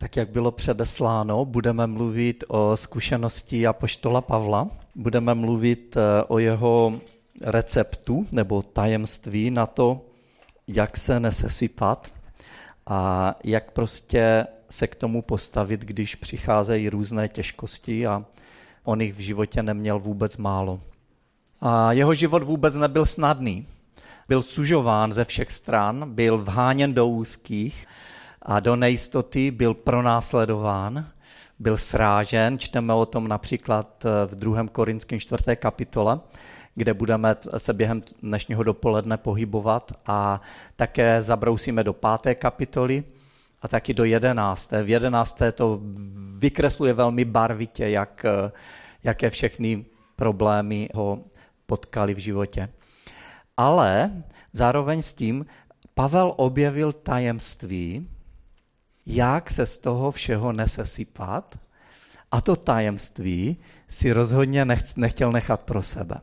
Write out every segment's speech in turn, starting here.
Tak jak bylo předesláno, budeme mluvit o zkušenosti apoštola Pavla, budeme mluvit o jeho receptu nebo tajemství na to, jak se nesesypat a jak prostě se k tomu postavit, když přicházejí různé těžkosti a on jich v životě neměl vůbec málo. A jeho život vůbec nebyl snadný. Byl sužován ze všech stran, byl vháněn do úzkých a do nejistoty, byl pronásledován, byl srážen. Čteme o tom například v 2. Korinským 4. kapitole, kde budeme se během dnešního dopoledne pohybovat a také zabrousíme do 5. kapitoly a taky do 11. V 11. to vykresluje velmi barvitě, jaké všechny problémy ho potkali v životě. Ale zároveň s tím Pavel objevil tajemství, jak se z toho všeho nesesypat, a to tajemství si rozhodně nechtěl nechat pro sebe.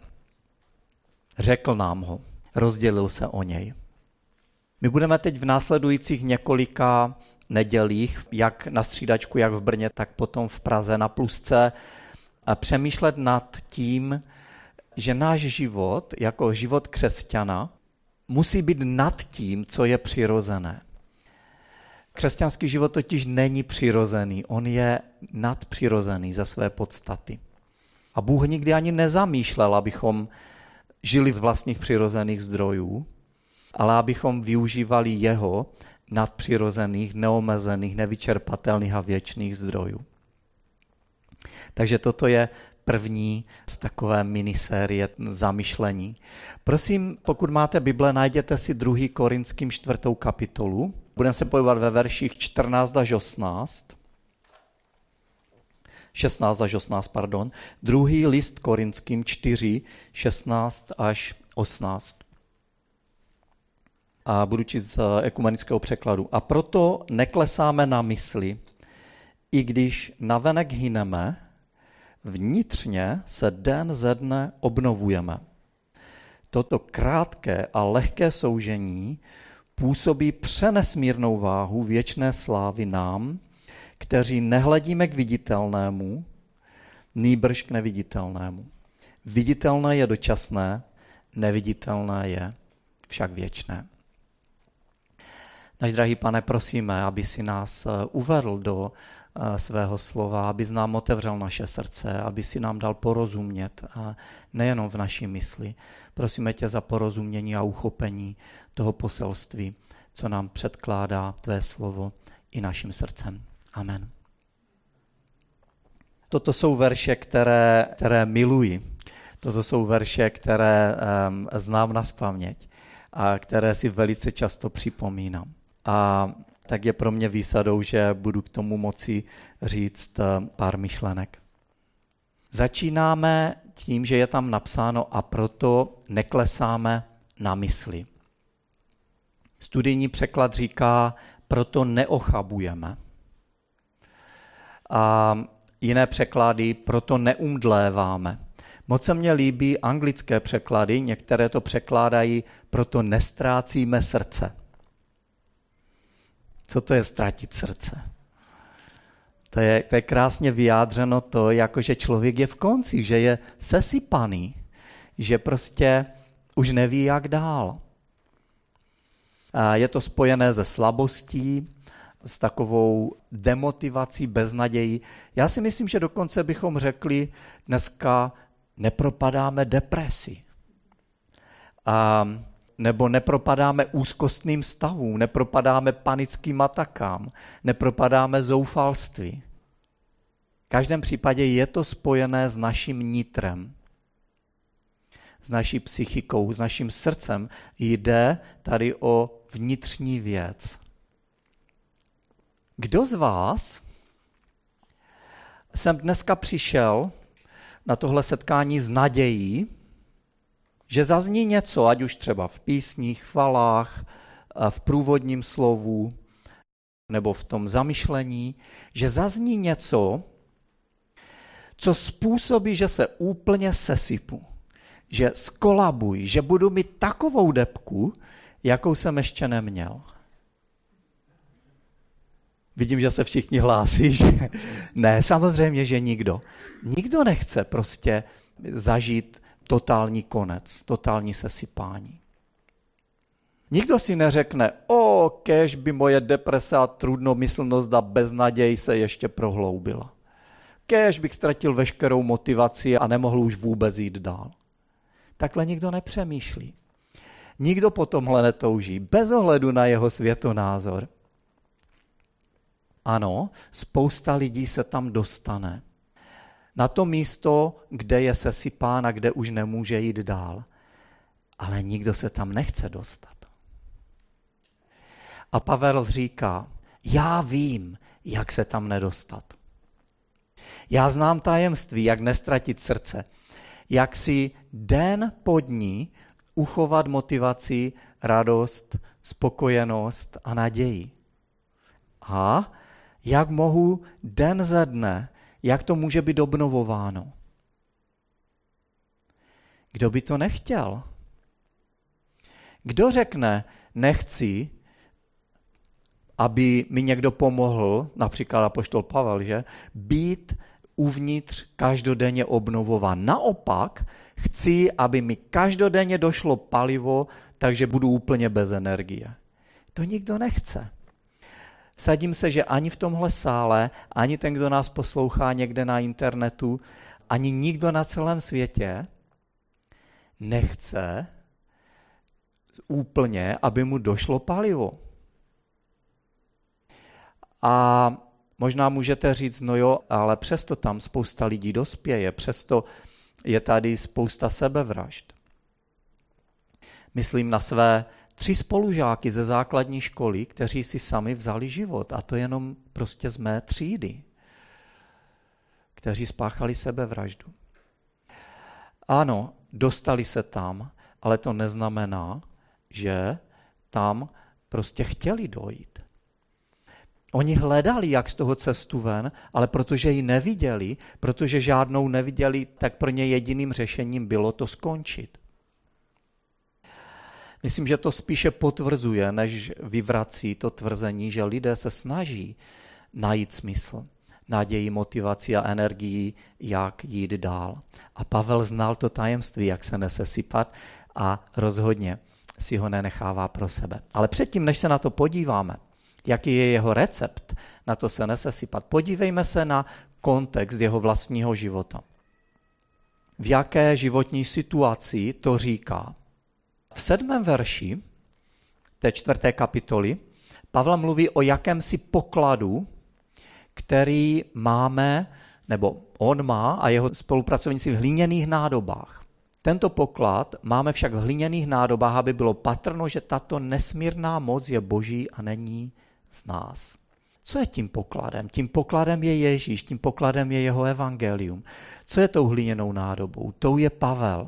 Řekl nám ho, rozdělil se o něj. My budeme teď v následujících několika nedělích, jak na střídačku, jak v Brně, tak potom v Praze na Plusce, přemýšlet nad tím, že náš život, jako život křesťana, musí být nad tím, co je přirozené. Křesťanský život totiž není přirozený, on je nadpřirozený ze své podstaty. A Bůh nikdy ani nezamýšlel, abychom žili z vlastních přirozených zdrojů, ale abychom využívali jeho nadpřirozených, neomezených, nevyčerpatelných a věčných zdrojů. Takže toto je první z takové minisérie zamyšlení. Prosím, pokud máte Bible, najděte si 2. Korinským 4. kapitolu. Budeme se pohybovat ve verších 14 až 18. 16 až 18, pardon. 2. list Korinským 4, 16 až 18. A budu číst z ekumenického překladu. A proto neklesáme na mysli, i když navenek hyneme, vnitřně se den ze dne obnovujeme. Toto krátké a lehké soužení působí přenesmírnou váhu věčné slávy nám, kteří nehledíme k viditelnému, nýbrž k neviditelnému. Viditelné je dočasné, neviditelné je však věčné. Náš drahý Pane, prosíme, aby si nás uvedl do svého slova, aby nám otevřel naše srdce, aby si nám dal porozumět, a nejenom v naší mysli. Prosíme tě za porozumění a uchopení toho poselství, co nám předkládá tvé slovo i naším srdcem. Amen. Toto jsou verše, které miluji. Toto jsou verše, které znám nazpaměť a které si velice často připomínám. A tak je pro mě výsadou, že budu k tomu moci říct pár myšlenek. Začínáme tím, že je tam napsáno a proto neklesáme na mysli. Studijní překlad říká, proto neochabujeme. A jiné překlady, proto neumdléváme. Moc se mně líbí anglické překlady, některé to překládají, proto nestrácíme srdce. Co to je ztratit srdce? To je krásně vyjádřeno to, jakože člověk je v konci, že je sesypaný, že prostě už neví, jak dál. A je to spojené se slabostí, s takovou demotivací, beznadějí. Já si myslím, že dokonce bychom řekli, dneska nepropadáme depresi. Nebo nepropadáme úzkostným stavům, nepropadáme panickým atakám, nepropadáme zoufalství. V každém případě je to spojené s naším nitrem, s naší psychikou, s naším srdcem. Jde tady o vnitřní věc. Kdo z vás jsem dneska přišel na tohle setkání s nadějí, že zazní něco, ať už třeba v písních, chvalách, v průvodním slovu nebo v tom zamyšlení, že zazní něco, co způsobí, že se úplně sesypu, že skolabuji, že budu mít takovou depku, jakou jsem ještě neměl. Vidím, že se všichni hlásí, že ne, samozřejmě, že nikdo. Nikdo nechce prostě zažít totální konec, totální sesypání. Nikdo si neřekne, kéž by moje deprese a trudnomyslnost a beznaděj se ještě prohloubila. Kéž bych ztratil veškerou motivaci a nemohl už vůbec jít dál. Takhle nikdo nepřemýšlí. Nikdo po tomhle netouží, bez ohledu na jeho světonázor. Ano, spousta lidí se tam dostane. Na to místo, kde je sesypán a kde už nemůže jít dál. Ale nikdo se tam nechce dostat. A Pavel říká, já vím, jak se tam nedostat. Já znám tajemství, jak nestratit srdce, jak si den po dní uchovat motivaci, radost, spokojenost a naději. A jak mohu den ze dne, jak to může být obnovováno. Kdo by to nechtěl? Kdo řekne, nechci, aby mi někdo pomohl, například apoštol Pavel, že, být uvnitř každodenně obnovován. Naopak, chci, aby mi každodenně došlo palivo, takže budu úplně bez energie. To nikdo nechce. Vsadím se, že ani v tomhle sále, ani ten, kdo nás poslouchá někde na internetu, ani nikdo na celém světě nechce úplně, aby mu došlo palivo. A možná můžete říct, no jo, ale přesto tam spousta lidí dospěje, přesto je tady spousta sebevražd. Myslím na své 3 spolužáky ze základní školy, kteří si sami vzali život, a to jenom prostě z mé třídy, kteří spáchali sebevraždu. Ano, dostali se tam, ale to neznamená, že tam prostě chtěli dojít. Oni hledali, jak z toho cestu ven, ale protože ji neviděli, protože žádnou neviděli, tak pro ně jediným řešením bylo to skončit. Myslím, že to spíše potvrzuje, než vyvrací to tvrzení, že lidé se snaží najít smysl, naději, motivaci a energii, jak jít dál. A Pavel znal to tajemství, jak se nesesypat, a rozhodně si ho nenechává pro sebe. Ale předtím, než se na to podíváme, jaký je jeho recept na to se nesesypat, podívejme se na kontext jeho vlastního života. V jaké životní situaci to říká? V 7. verši té 4. kapitoly Pavel mluví o jakémsi pokladu, který máme, nebo on má a jeho spolupracovníci v hliněných nádobách. Tento poklad máme však v hliněných nádobách, aby bylo patrno, že tato nesmírná moc je boží a není z nás. Co je tím pokladem? Tím pokladem je Ježíš, tím pokladem je jeho evangelium. Co je tou hliněnou nádobou? Tou je Pavel,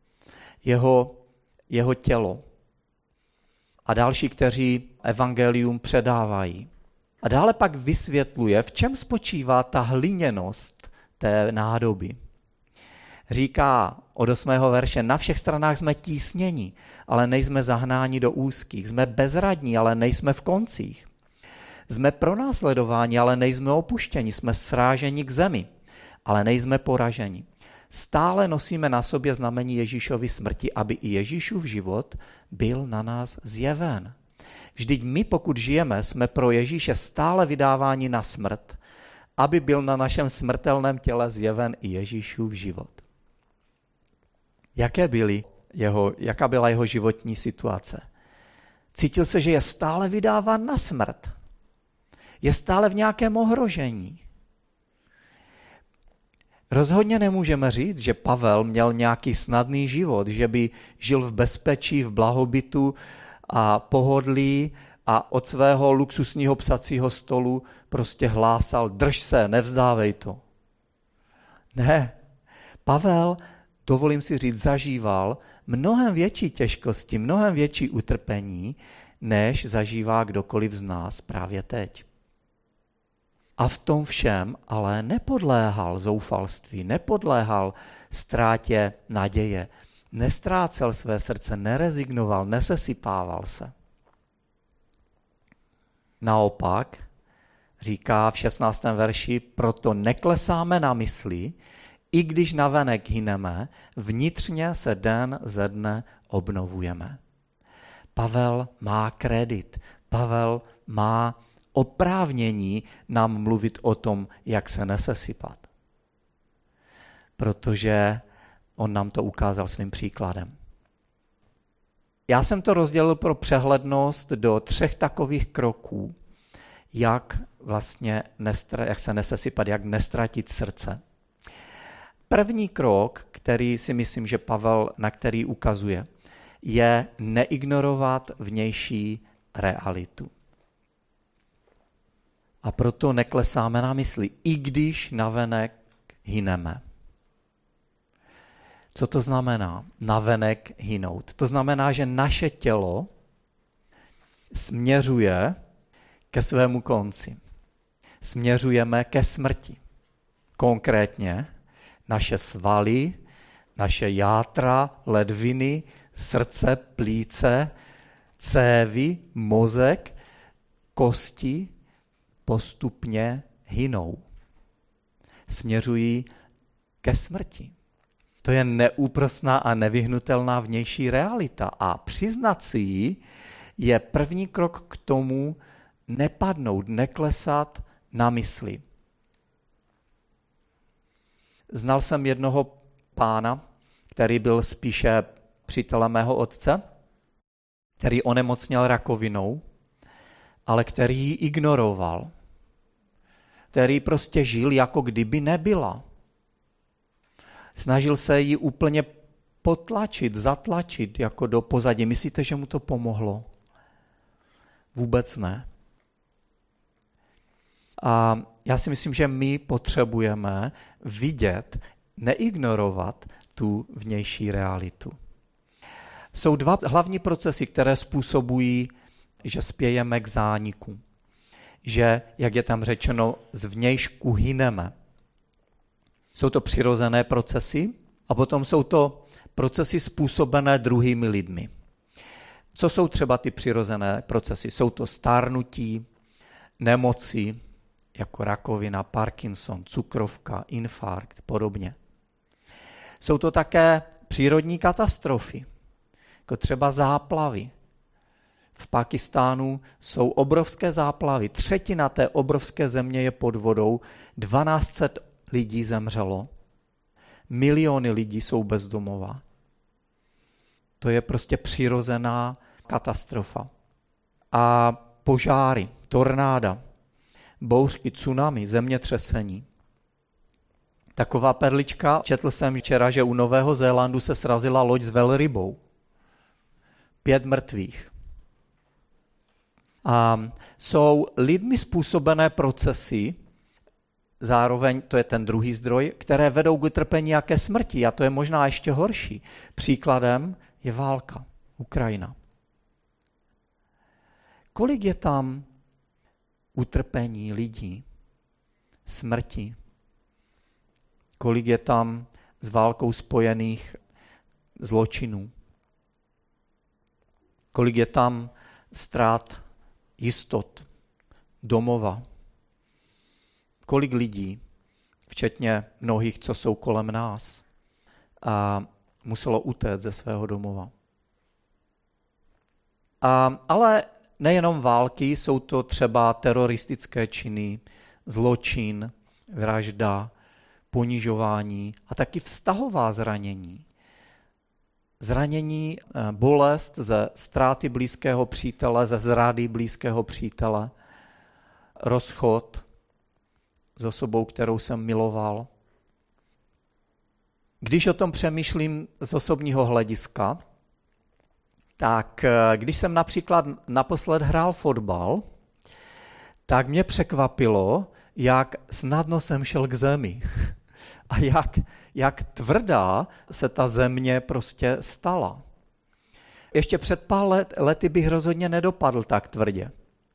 jeho tělo a další, kteří evangelium předávají. A dále pak vysvětluje, v čem spočívá ta hliněnost té nádoby. Říká od 8. verše, na všech stranách jsme tísněni, ale nejsme zahnáni do úzkých. Jsme bezradní, ale nejsme v koncích. Jsme pronásledováni, ale nejsme opuštěni. Jsme sráženi k zemi, ale nejsme poraženi. Stále nosíme na sobě znamení Ježíšovy smrti, aby i Ježíšův život byl na nás zjeven. Vždyť my, pokud žijeme, jsme pro Ježíše stále vydáváni na smrt, aby byl na našem smrtelném těle zjeven i Ježíšův život. Jaká byla jeho životní situace? Cítil se, že je stále vydáván na smrt. Je stále v nějakém ohrožení. Rozhodně nemůžeme říct, že Pavel měl nějaký snadný život, že by žil v bezpečí, v blahobytu a pohodlí a od svého luxusního psacího stolu prostě hlásal, drž se, nevzdávej to. Ne, Pavel, dovolím si říct, zažíval mnohem větší těžkosti, mnohem větší utrpení, než zažívá kdokoliv z nás právě teď. A v tom všem ale nepodléhal zoufalství, nepodléhal ztrátě naděje, nestrácel své srdce, nerezignoval, nesesypával se. Naopak říká v 16. verši, proto neklesáme na mysli, i když navenek hyneme, vnitřně se den ze dne obnovujeme. Pavel má kredit, Pavel má oprávnění nám mluvit o tom, jak se nesesypat. Protože on nám to ukázal svým příkladem. Já jsem to rozdělil pro přehlednost do 3 takových kroků, jak se nesesypat, jak nestratit srdce. První krok, který si myslím, že Pavel na který ukazuje, je neignorovat vnější realitu. A proto neklesáme na mysli, i když navenek hyneme. Co to znamená navenek hynout? To znamená, že naše tělo směřuje ke svému konci. Směřujeme ke smrti. Konkrétně naše svaly, naše játra, ledviny, srdce, plíce, cévy, mozek, kosti postupně hynou. Směřují ke smrti. To je neúprosná a nevyhnutelná vnější realita a přiznat si ji je první krok k tomu nepadnout, neklesat na mysli. Znal jsem jednoho pána, který byl spíše přítelem mého otce, který onemocněl rakovinou, ale který ji ignoroval. Který prostě žil, jako kdyby nebyla. Snažil se ji úplně potlačit, zatlačit jako do pozadí. Myslíte, že mu to pomohlo? Vůbec ne. A já si myslím, že my potřebujeme vidět, neignorovat tu vnější realitu. Jsou 2 hlavní procesy, které způsobují, že spějeme k zániku. Že, jak je tam řečeno, zvnějšku hyneme. Jsou to přirozené procesy a potom jsou to procesy způsobené druhými lidmi. Co jsou třeba ty přirozené procesy? Jsou to stárnutí, nemoci, jako rakovina, Parkinson, cukrovka, infarkt, podobně. Jsou to také přírodní katastrofy, jako třeba záplavy. V Pákistánu jsou obrovské záplavy. 1/3 té obrovské země je pod vodou. 1200 lidí zemřelo. Miliony lidí jsou bez domova. To je prostě přirozená katastrofa. A požáry, tornáda, bouřky, tsunami, zemětřesení. Taková perlička, četl jsem včera, že u Nového Zélandu se srazila loď s velrybou. 5 mrtvých. A jsou lidmi způsobené procesy, zároveň to je ten druhý zdroj, které vedou k utrpení a ke smrti. A to je možná ještě horší. Příkladem je válka, Ukrajina. Kolik je tam utrpení lidí, smrti? Kolik je tam s válkou spojených zločinů? Kolik je tam ztrát jistot, domova? Kolik lidí, včetně mnohých, co jsou kolem nás, a muselo utéct ze svého domova? Ale nejenom války, jsou to třeba teroristické činy, zločin, vražda, ponižování a taky vztahová zranění. Zranění, bolest ze ztráty blízkého přítele, ze zrady blízkého přítele, rozchod s osobou, kterou jsem miloval. Když o tom přemýšlím z osobního hlediska, tak když jsem například naposled hrál fotbal, tak mě překvapilo, jak snadno jsem šel k zemi. A jak tvrdá se ta země prostě stala. Ještě před pár lety bych rozhodně nedopadl tak tvrdě.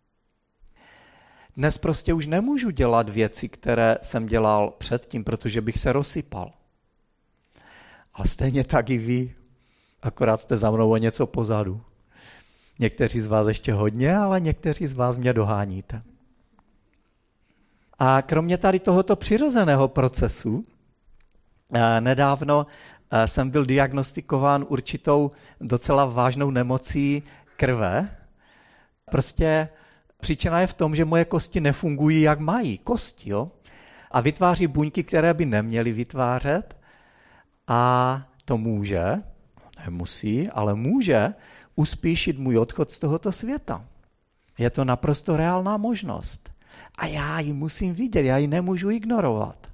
Dnes prostě už nemůžu dělat věci, které jsem dělal předtím, protože bych se rozsypal. Ale stejně tak i vy, akorát jste za mnou o něco pozadu. Někteří z vás ještě hodně, ale někteří z vás mě doháníte. A kromě tady tohoto přirozeného procesu, nedávno jsem byl diagnostikován určitou docela vážnou nemocí krve. Prostě příčina je v tom, že moje kosti nefungují, jak mají kosti, jo? A vytváří buňky, které by neměly vytvářet. A to může, nemusí, ale může uspíšit můj odchod z tohoto světa. Je to naprosto reálná možnost. A já ji musím vidět, já ji nemůžu ignorovat.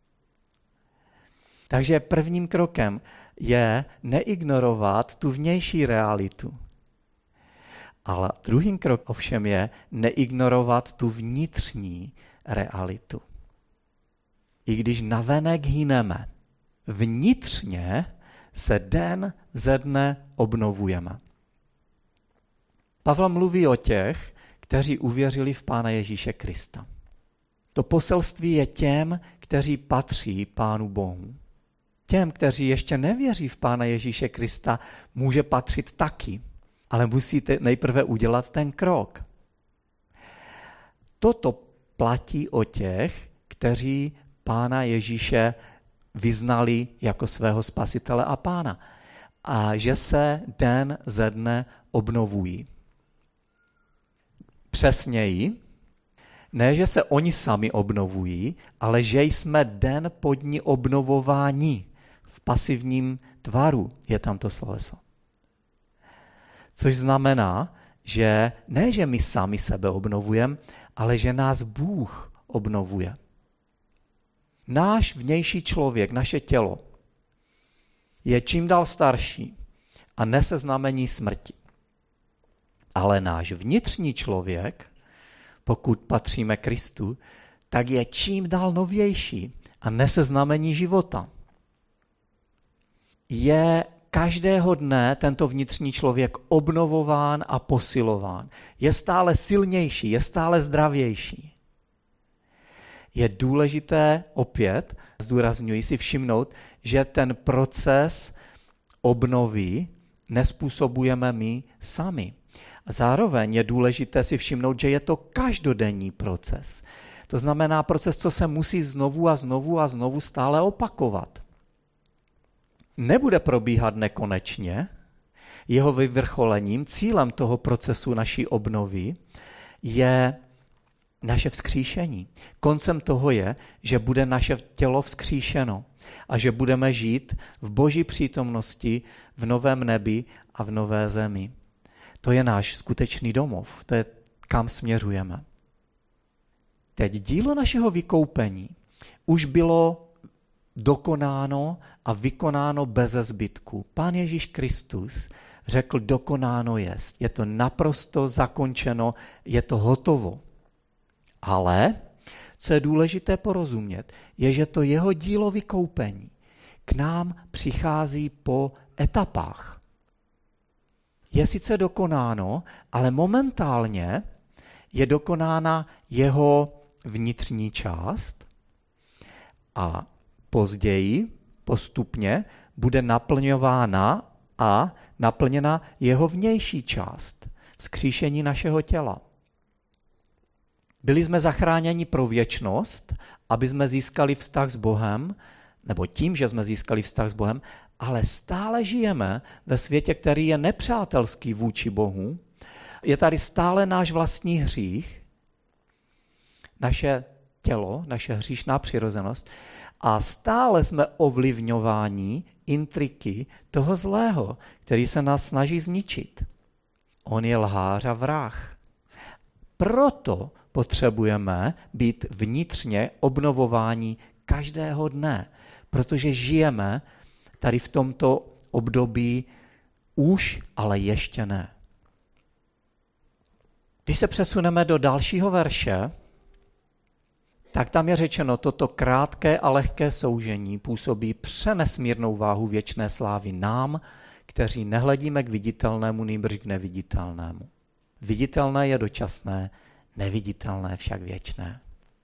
Takže prvním krokem je neignorovat tu vnější realitu. Ale druhým krokem ovšem je neignorovat tu vnitřní realitu. I když navenek hyneme, vnitřně se den ze dne obnovujeme. Pavel mluví o těch, kteří uvěřili v Pána Ježíše Krista. To poselství je těm, kteří patří Pánu Bohu. Těm, kteří ještě nevěří v Pána Ježíše Krista, může patřit taky, ale musíte nejprve udělat ten krok. Toto platí o těch, kteří Pána Ježíše vyznali jako svého spasitele a Pána. A že se den ze dne obnovují. Přesněji, ne, že se oni sami obnovují, ale že jsme den po dni obnovováni. V pasivním tvaru je tam to sloveso. Což znamená, že ne, že my sami sebe obnovujeme, ale že nás Bůh obnovuje. Náš vnější člověk, naše tělo, je čím dál starší a nese znamení smrti. Ale náš vnitřní člověk, pokud patříme Kristu, tak je čím dál novější a nese znamení života. Je každého dne tento vnitřní člověk obnovován a posilován. Je stále silnější, je stále zdravější. Je důležité opět, zdůrazňuji si všimnout, že ten proces obnovy nespůsobujeme my sami. A zároveň je důležité si všimnout, že je to každodenní proces. To znamená proces, co se musí znovu a znovu a znovu stále opakovat. Nebude probíhat nekonečně. Jeho vyvrcholením, cílem toho procesu naší obnovy je naše vzkříšení. Koncem toho je, že bude naše tělo vzkříšeno a že budeme žít v Boží přítomnosti v novém nebi a v nové zemi. To je náš skutečný domov, to je kam směřujeme. Teď dílo našeho vykoupení už bylo dokonáno a vykonáno beze zbytku. Pán Ježíš Kristus řekl, dokonáno jest. Je to naprosto zakončeno, je to hotovo. Ale, co je důležité porozumět, je, že to jeho dílo vykoupení k nám přichází po etapách. Je sice dokonáno, ale momentálně je dokonána jeho vnitřní část a později, postupně, bude naplňována a naplněna jeho vnější část, vzkříšení našeho těla. Byli jsme zachráněni pro věčnost, aby jsme získali vztah s Bohem, nebo tím, že jsme získali vztah s Bohem, ale stále žijeme ve světě, který je nepřátelský vůči Bohu. Je tady stále náš vlastní hřích, naše tělo, naše hříšná přirozenost a stále jsme ovlivňováni intriky toho zlého, který se nás snaží zničit. On je lhář a vrah. Proto potřebujeme být vnitřně obnovováni každého dne, protože žijeme tady v tomto období už, ale ještě ne. Když se přesuneme do dalšího verše, tak tam je řečeno, toto krátké a lehké soužení působí přenesmírnou váhu věčné slávy nám, kteří nehledíme k viditelnému, nýbrž k neviditelnému. Viditelné je dočasné, neviditelné však věčné.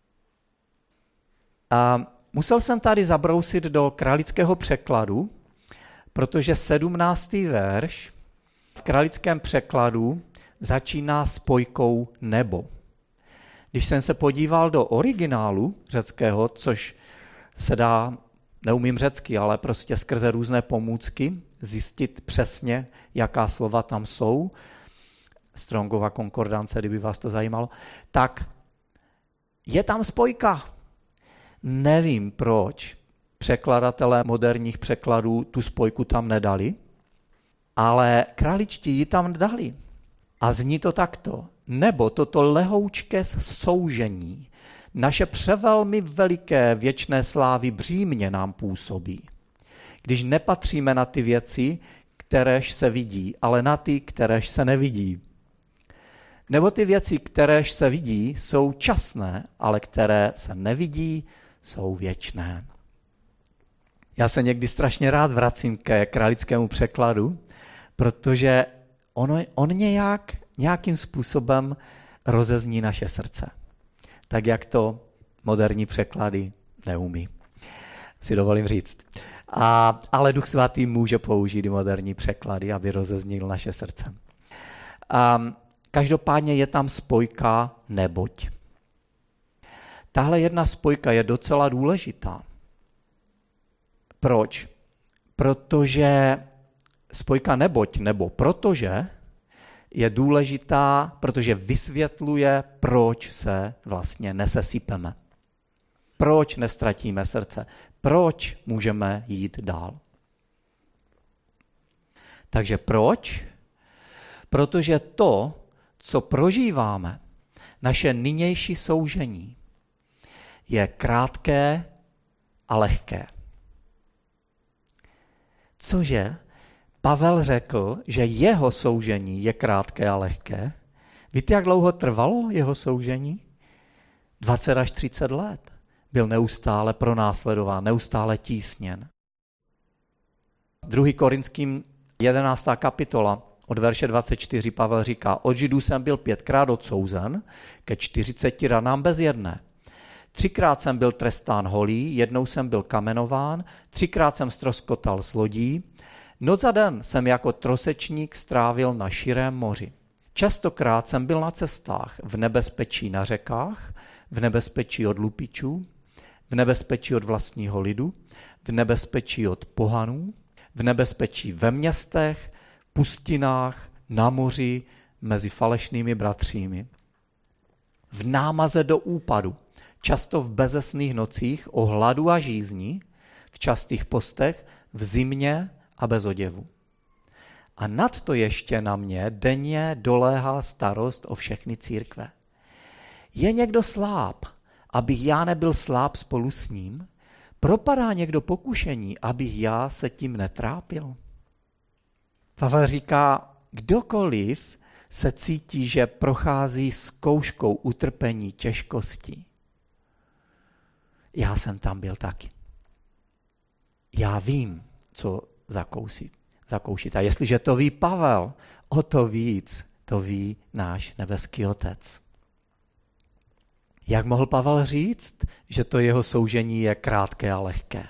A musel jsem tady zabrousit do kralického překladu, protože 17. verš v kralickém překladu začíná spojkou nebo. Když jsem se podíval do originálu řeckého, což se dá, neumím řecky, ale prostě skrze různé pomůcky zjistit přesně, jaká slova tam jsou, Strongova konkordance, kdyby vás to zajímalo, tak je tam spojka. Nevím, proč překladatelé moderních překladů tu spojku tam nedali, ale kraličtí ji tam dali. A zní to takto. Nebo toto lehoučké soužení, naše převelmi veliké věčné slávy břímně nám působí. Když nepatříme na ty věci, kteréž se vidí, ale na ty, kteréž se nevidí. Nebo ty věci, kteréž se vidí, jsou časné, ale které se nevidí, jsou věčné. Já se někdy strašně rád vracím ke kralickému překladu, protože on nějakým způsobem rozezní naše srdce. Tak, jak to moderní překlady neumí. Si dovolím říct. Ale Duch Svatý může použít i moderní překlady, aby rozeznil naše srdce. Každopádně je tam spojka neboť. Tahle jedna spojka je docela důležitá. Proč? Protože spojka neboť nebo protože je důležitá, protože vysvětluje, proč se vlastně nesesypeme. Proč nestratíme srdce? Proč můžeme jít dál? Takže proč? Protože to, co prožíváme, naše nynější soužení, je krátké a lehké. Cože? Pavel řekl, že jeho soužení je krátké a lehké. Víte, jak dlouho trvalo jeho soužení? 20 až 30 let. Byl neustále pronásledován, neustále tísněn. 2. Korinským 11. kapitola od verše 24 Pavel říká, od Židů jsem byl 5krát odsouzen ke 40 ranám bez jedné. 3krát jsem byl trestán holí, 1 jsem byl kamenován, 3krát jsem ztroskotal z lodí, noc a den jsem jako trosečník strávil na širém moři. Častokrát jsem byl na cestách, v nebezpečí na řekách, v nebezpečí od lupičů, v nebezpečí od vlastního lidu, v nebezpečí od pohanů, v nebezpečí ve městech, pustinách, na moři, mezi falešnými bratřími. V námaze do úpadu, často v bezesných nocích, o hladu a žízni, v častých postech, v zimě a bez oděvu. A nad to ještě na mě denně doléhá starost o všechny církve. Je někdo sláb, abych já nebyl sláb spolu s ním? Propadá někdo pokušení, abych já se tím netrápil? Pavel říká, kdokoliv se cítí, že prochází zkouškou utrpení, těžkostí. Já jsem tam byl taky. Já vím, co zakoušit. A jestliže to ví Pavel, o to víc to ví náš nebeský Otec. Jak mohl Pavel říct, že to jeho soužení je krátké a lehké?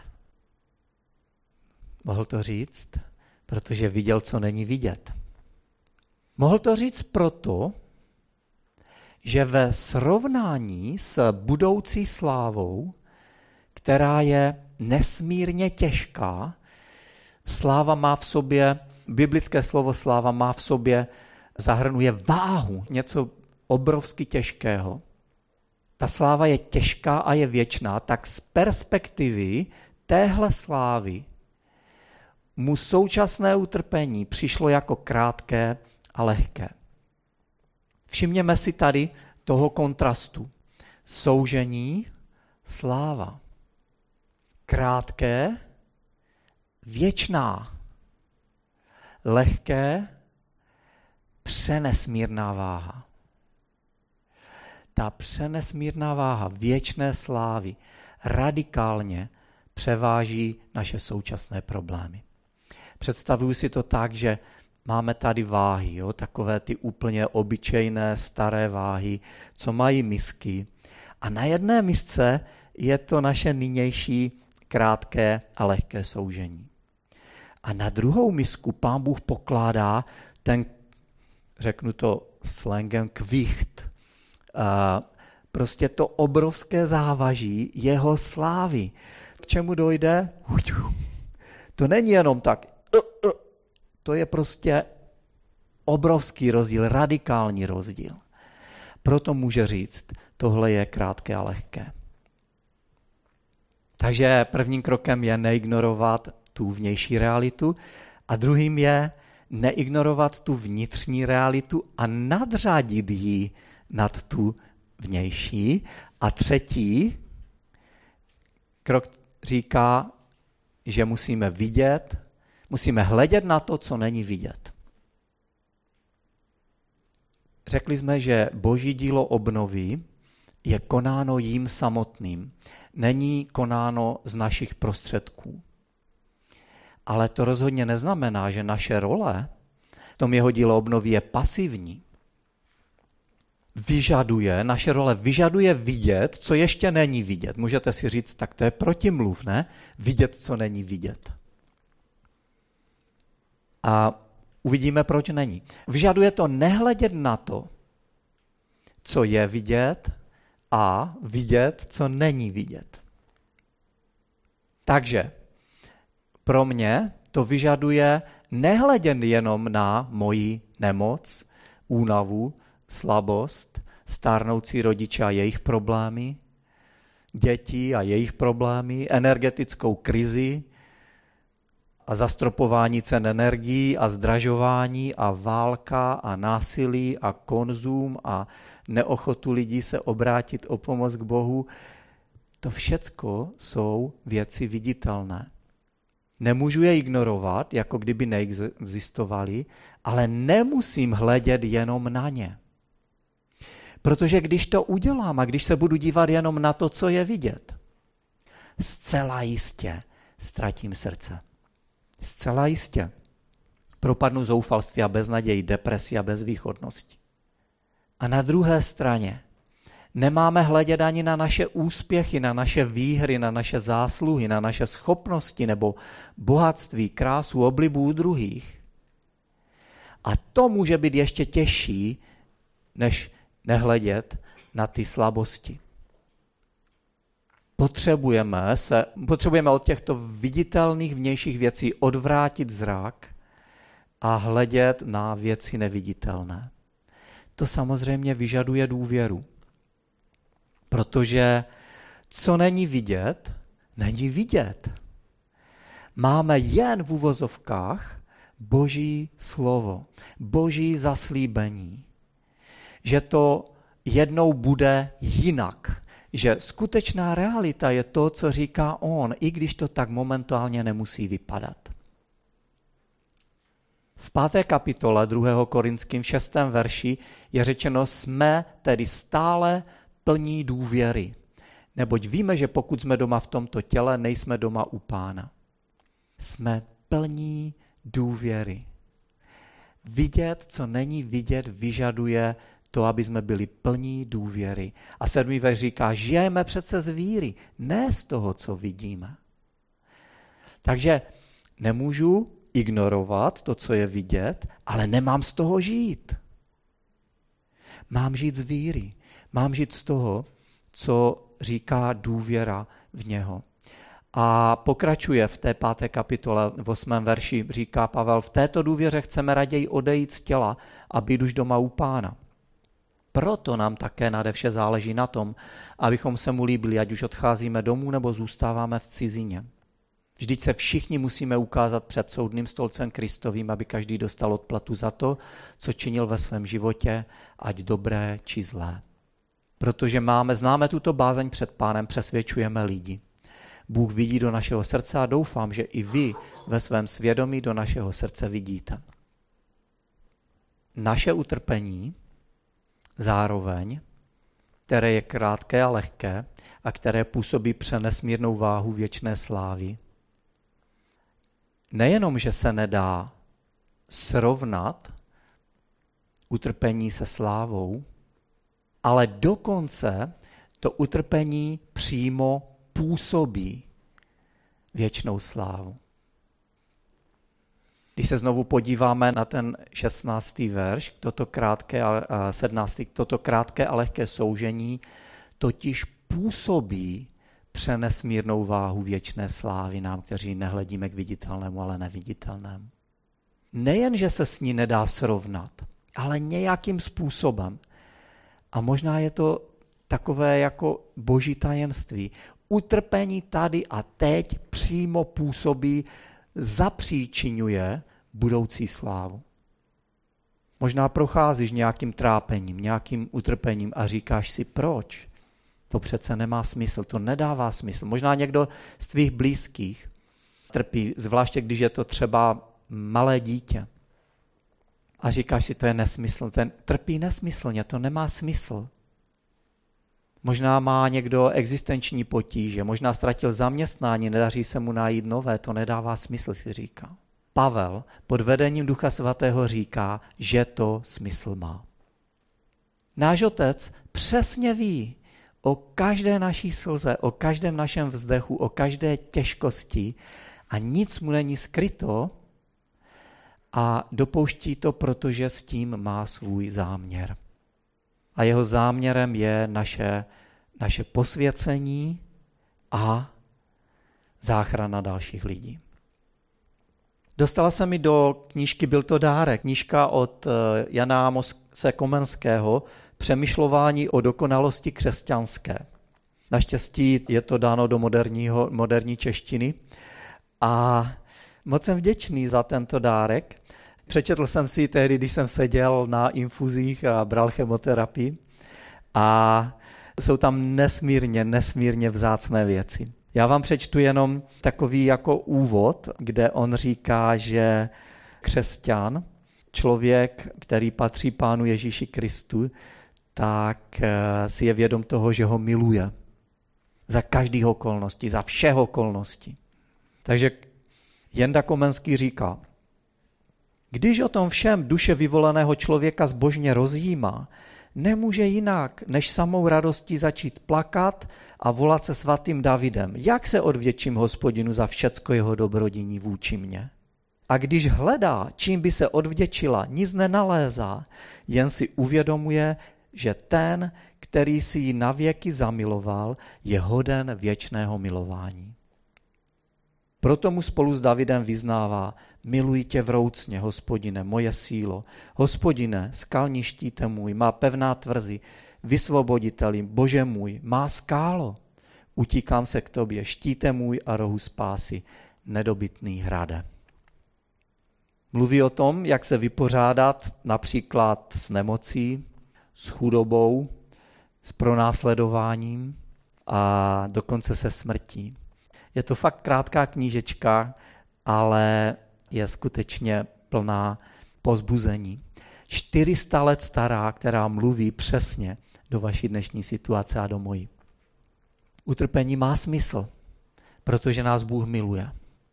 Mohl to říct, protože viděl, co není vidět. Mohl to říct proto, že ve srovnání s budoucí slávou, která je nesmírně těžká, sláva má v sobě, biblické slovo sláva má v sobě, zahrnuje váhu, něco obrovsky těžkého. Ta sláva je těžká a je věčná, tak z perspektivy téhle slávy mu současné utrpení přišlo jako krátké a lehké. Všimněme si tady toho kontrastu. Soužení, sláva. Krátké, věčná. Lehké, přenesmírná váha. Ta přenesmírná váha věčné slávy radikálně převáží naše současné problémy. Představuji si to tak, že máme tady váhy, jo, takové ty úplně obyčejné staré váhy, co mají misky. A na jedné misce je to naše nynější krátké a lehké soužení. A na druhou misku Pán Bůh pokládá ten, řeknu to slangem, kvicht, prostě to obrovské závaží jeho slávy. K čemu dojde? To není jenom tak. To je prostě obrovský rozdíl, radikální rozdíl. Proto může říct, tohle je krátké a lehké. Takže prvním krokem je neignorovat tu vnější realitu a druhým je neignorovat tu vnitřní realitu a nadřadit ji nad tu vnější. A třetí krok říká, že musíme vidět, musíme hledět na to, co není vidět. Řekli jsme, že Boží dílo obnovy je konáno jím samotným. Není konáno z našich prostředků. Ale to rozhodně neznamená, že naše role v tom jeho dílo obnovy je pasivní. Naše role vyžaduje vidět, co ještě není vidět. Můžete si říct, tak to je protimluv, ne? Vidět, co není vidět. A uvidíme, proč není. Vyžaduje to nehledět na to, co je vidět, a vidět, co není vidět. Takže pro mě to vyžaduje nehledět jenom na moji nemoc, únavu, slabost, stárnoucí rodiče a jejich problémy, děti a jejich problémy, energetickou krizi a zastropování cen energií a zdražování a válka a násilí a konzum a neochotu lidí se obrátit o pomoc k Bohu. To všecko jsou věci viditelné. Nemůžu je ignorovat, jako kdyby neexistovaly, ale nemusím hledět jenom na ně. Protože když to udělám a když se budu dívat jenom na to, co je vidět, zcela jistě ztratím srdce. Zcela jistě propadnu zoufalství a beznaději, depresi a bezvýchodnosti. A na druhé straně nemáme hledět ani na naše úspěchy, na naše výhry, na naše zásluhy, na naše schopnosti nebo bohatství, krásu, oblibu u druhých. A to může být ještě těžší, než nehledět na ty slabosti. Potřebujeme od těchto viditelných vnějších věcí odvrátit zrak a hledět na věci neviditelné. To samozřejmě vyžaduje důvěru. Protože co není vidět, není vidět. Máme jen v uvozovkách Boží slovo, Boží zaslíbení, že to jednou bude jinak, že skutečná realita je to, co říká on, i když to tak momentálně nemusí vypadat. V 5. kapitole 2. Korinským 6. verši je řečeno, jsme tedy stále plní důvěry, neboť víme, že pokud jsme doma v tomto těle, nejsme doma u Pána. Jsme plní důvěry. Vidět, co není vidět, vyžaduje to, aby jsme byli plní důvěry. A 7. verš říká, žijeme přece z víry, ne z toho, co vidíme. Takže nemůžu ignorovat to, co je vidět, ale nemám z toho žít. Mám žít z víry. Mám žít z toho, co říká důvěra v něho. A pokračuje v té 5. kapitole v 8. verši, říká Pavel, v této důvěře chceme raději odejít z těla a být už doma u Pána. Proto nám také nade vše záleží na tom, abychom se mu líbili, ať už odcházíme domů nebo zůstáváme v cizině. Vždyť se všichni musíme ukázat před soudným stolcem Kristovým, aby každý dostal odplatu za to, co činil ve svém životě, ať dobré či zlé. Protože známe tuto bázeň před Pánem, přesvědčujeme lidi. Bůh vidí do našeho srdce a doufám, že i vy ve svém svědomí do našeho srdce vidíte. Naše utrpení zároveň, které je krátké a lehké a které působí přenesmírnou váhu věčné slávy, nejenom, že se nedá srovnat utrpení se slávou, ale dokonce to utrpení přímo působí věčnou slávu. Když se znovu podíváme na ten 16. verš, 17. toto krátké a lehké soužení, totiž působí přenesmírnou váhu věčné slávy nám, kteří nehledíme k viditelnému, ale neviditelnému. Nejen, že se s ní nedá srovnat, ale nějakým způsobem. A možná je to takové jako boží tajemství. Utrpení tady a teď přímo působí, zapříčinuje budoucí slávu. Možná procházíš nějakým trápením, nějakým utrpením a říkáš si, proč? To přece nemá smysl, to nedává smysl. Možná někdo z tvých blízkých trpí, zvláště když je to třeba malé dítě. A říkáš si, to je nesmysl, ten trpí nesmyslně, to nemá smysl. Možná má někdo existenční potíže, možná ztratil zaměstnání, nedaří se mu najít nové, to nedává smysl, si říká. Pavel pod vedením Ducha Svatého říká, že to smysl má. Náš Otec přesně ví o každé naší slze, o každém našem vzdechu, o každé těžkosti a nic mu není skryto a dopouští to, protože s tím má svůj záměr. A jeho záměrem je naše posvěcení a záchrana dalších lidí. Dostala se mi do knížky Byl to dárek, knížka od Jana Amose Komenského, Přemýšlování o dokonalosti křesťanské. Naštěstí je to dáno do moderní češtiny a moc jsem vděčný za tento dárek. Přečetl jsem si tehdy, když jsem seděl na infuzích a bral chemoterapii a jsou tam nesmírně vzácné věci. Já vám přečtu jenom takový jako úvod, kde on říká, že křesťan, člověk, který patří Pánu Ježíši Kristu, tak si je vědom toho, že ho miluje. Za každých okolností, za všech okolností. Takže Jenda Komenský říká, když o tom všem duše vyvoleného člověka zbožně rozjímá, nemůže jinak, než samou radostí začít plakat a volat se svatým Davidem. Jak se odvděčím Hospodinu za všecko jeho dobrodiní vůči mně? A když hledá, čím by se odvděčila, nic nenalézá, jen si uvědomuje, že ten, který si ji navěky zamiloval, je hoden věčného milování. Proto mu spolu s Davidem vyznává, miluji tě vroucně, Hospodine, moje sílo. Hospodine, skalní štíte můj, má pevná tvrzi, vysvoboditeli, Bože můj, má skálo. Utíkám se k tobě, štíte můj a rohu spásy, nedobytný hrade. Mluví o tom, jak se vypořádat například s nemocí, s chudobou, s pronásledováním a dokonce se smrtí. Je to fakt krátká knížečka, ale je skutečně plná povzbuzení. 400 let stará, která mluví přesně do vaší dnešní situace a do mojí. Utrpení má smysl, protože nás Bůh miluje.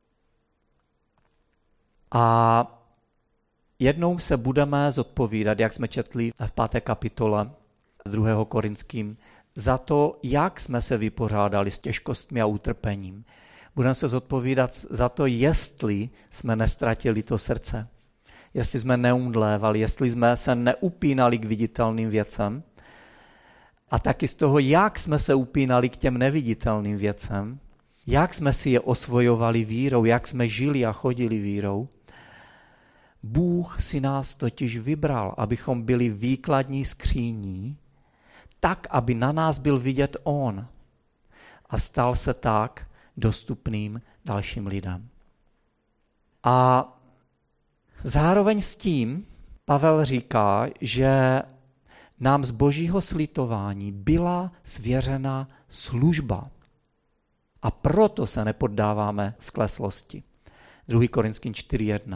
A jednou se budeme zodpovídat, jak jsme četli v 5. kapitole 2. Korinským, za to, jak jsme se vypořádali s těžkostmi a utrpením. Budeme se zodpovídat za to, jestli jsme nestratili to srdce, jestli jsme neumdlévali, jestli jsme se neupínali k viditelným věcem a taky z toho, jak jsme se upínali k těm neviditelným věcem, jak jsme si je osvojovali vírou, jak jsme žili a chodili vírou. Bůh si nás totiž vybral, abychom byli výkladní skříní, tak, aby na nás byl vidět on a stal se tak dostupným dalším lidem. A zároveň s tím Pavel říká, že nám z božího slitování byla svěřena služba. A proto se nepoddáváme skleslosti. 2. Korinským 4.1.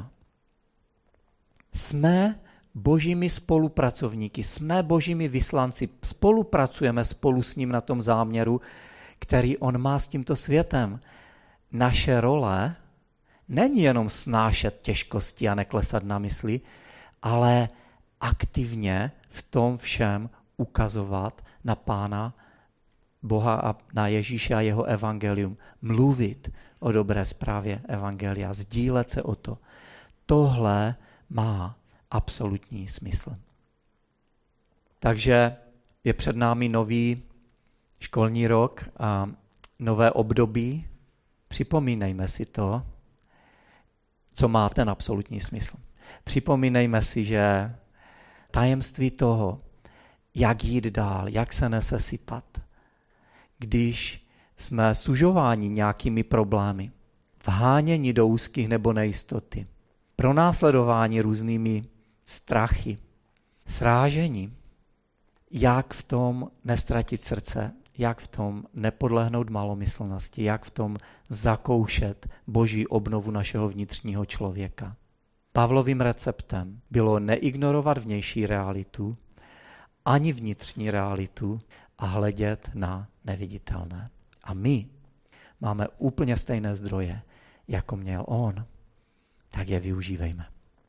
Jsme božími spolupracovníky, jsme božími vyslanci, spolupracujeme spolu s ním na tom záměru, který on má s tímto světem. Naše role není jenom snášet těžkosti a neklesat na mysli, ale aktivně v tom všem ukazovat na Pána Boha a na Ježíše a jeho evangelium. Mluvit o dobré zprávě evangelia, sdílet se o to. Tohle má absolutní smysl. Takže je před námi nový školní rok a nové období, připomínejme si to, co má ten absolutní smysl. Připomínejme si, že tajemství toho, jak jít dál, jak se nesesypat, když jsme sužováni nějakými problémy, vháněni do úzkých nebo nejistoty, pronásledování různými strachy, srážení, jak v tom nestratit srdce, jak v tom nepodlehnout malomyslnosti, jak v tom zakoušet Boží obnovu našeho vnitřního člověka. Pavlovým receptem bylo neignorovat vnější realitu, ani vnitřní realitu a hledět na neviditelné. A my máme úplně stejné zdroje, jako měl on. Tak je využívejme.